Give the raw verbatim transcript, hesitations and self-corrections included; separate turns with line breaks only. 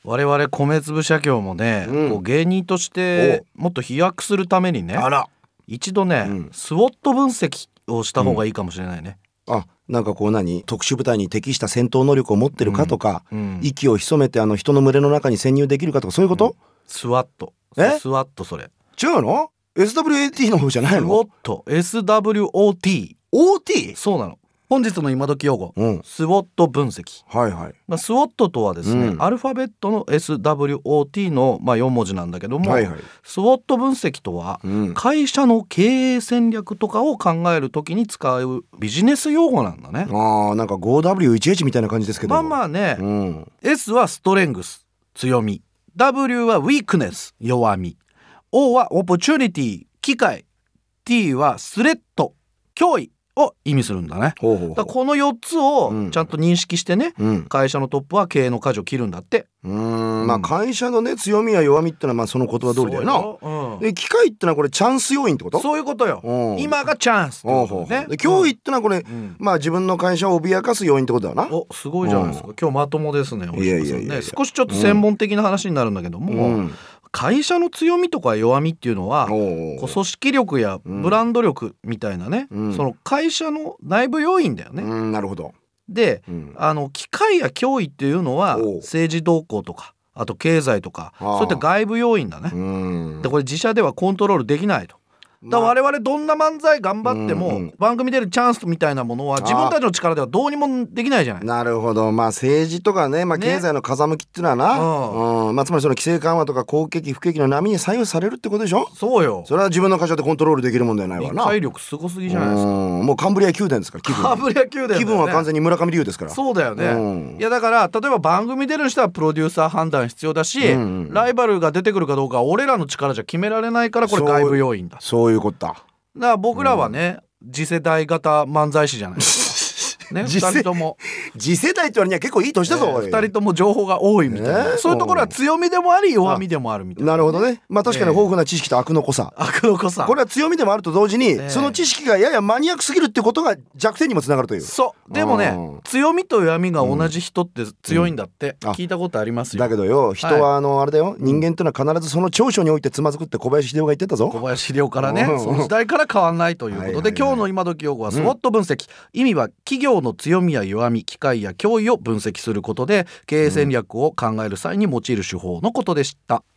我々米粒社協もね、うん、こう芸人としてもっと飛躍するためにね、
あら
一度ね、うん、スウォット分析をした方がいいかもしれないね、
うん、あ、なんかこう何特殊部隊に適した戦闘能力を持ってるかとか、うんうん、息を潜めてあの人の群れの中に潜入できるかとかそういうこと、うん、
スワットえスワットそれ
違うの エスダブリューエーティー の方じゃないの？
スウォット エスダブリューオーティー
オーティー
そうなの。本日の今時用語、
うん、
スウォット分析、
はいはい、
まあ、スウォットとはですね、うん、アルファベットの エスダブリューオーティー の、まあ、よん文字なんだけども、はいはい、スウォット分析とは、うん、会社の経営戦略とかを考えるときに使うビジネス用語なんだね。
あーなんか ごダブリューいちエイチ みたいな感じですけど、
まあまあね、うん、S はストレングス強み、 W はウィークネス弱み、 O はオポチュニティ機会、 T はスレッド脅威を意味するんだね。
ほうほうほう。
だこのよっつをちゃんと認識してね、うん、会社のトップは経営の舵を切るんだって。
うーん、うん、まあ会社のね強みや弱みってのはまあその言葉通りだよな。うん、で機会ってのはこれチャンス要因ってこと？
そういうことよ。今がチャンスってことね。
で脅威ってのはこれ、うん、まあ自分の会社を脅かす要因ってことだな。
おすごいじゃないですか、うん、今日まともですね。いやいやいやいや、少しちょっと専門的な話になるんだけども、うん、会社の強みとか弱みっていうのはこう組織力やブランド力みたいなね、うん、その会社の内部要因だよね、
うん、なるほど。
で、うん、あの機会や脅威っていうのは政治動向とかあと経済とかそういった外部要因だね。うんでこれ自社ではコントロールできないと。だから我々どんな漫才頑張っても、うんうん、番組出るチャンスみたいなものは自分たちの力ではどうにもできないじゃない。
なるほど。まあ政治とかね、まあ、経済の風向きっていうのはな、ねうんうんまあ、つまりその規制緩和とか好景気不景気の波に左右されるってことでしょ。
そうよ。
それは自分の会社でコントロールできるもんじゃないわな。
理解力すごすぎじゃないですか。
うんもうカンブリア宮殿ですから。気分
カンブリア宮殿だよね。
気分は完全に村上龍ですから。
そうだよね、うん、いやだから例えば番組出る人はプロデューサー判断必要だし、うんうん、ライバルが出てくるかどうかは俺らの力じゃ決められないからこれ外部要因だ。
そう、そういうことだ。
だから僕らはね、うん、次世代型漫才師じゃないですかね、ふたりとも
次世代って割には結構いい年だぞ、
えー、ふたりとも情報が多いみたいな、えー、そういうところは強みでもあり弱みでもあるみたいな、ね、
なるほどね。まあ確かに豊富な知識と悪の濃さ、
えー、悪の濃さ
これは強みでもあると同時に、えー、その知識がややマニアックすぎるってことが弱点にもつながるという。
そうでもね強みと弱みが同じ人って強いんだって、うん、聞いたことありますよ。
だけどよ人はあのあれだよ、はい、人間ってのは必ずその長所においてつまずくって小林秀夫が言ってたぞ。
小林秀夫からね、うん、その時代から変わんないということで、はいはいはい、今日の今時用語はスウォット分析、うん、意味は企業の強みや弱み機会や脅威を分析することで経営戦略を考える際に用いる手法のことでした。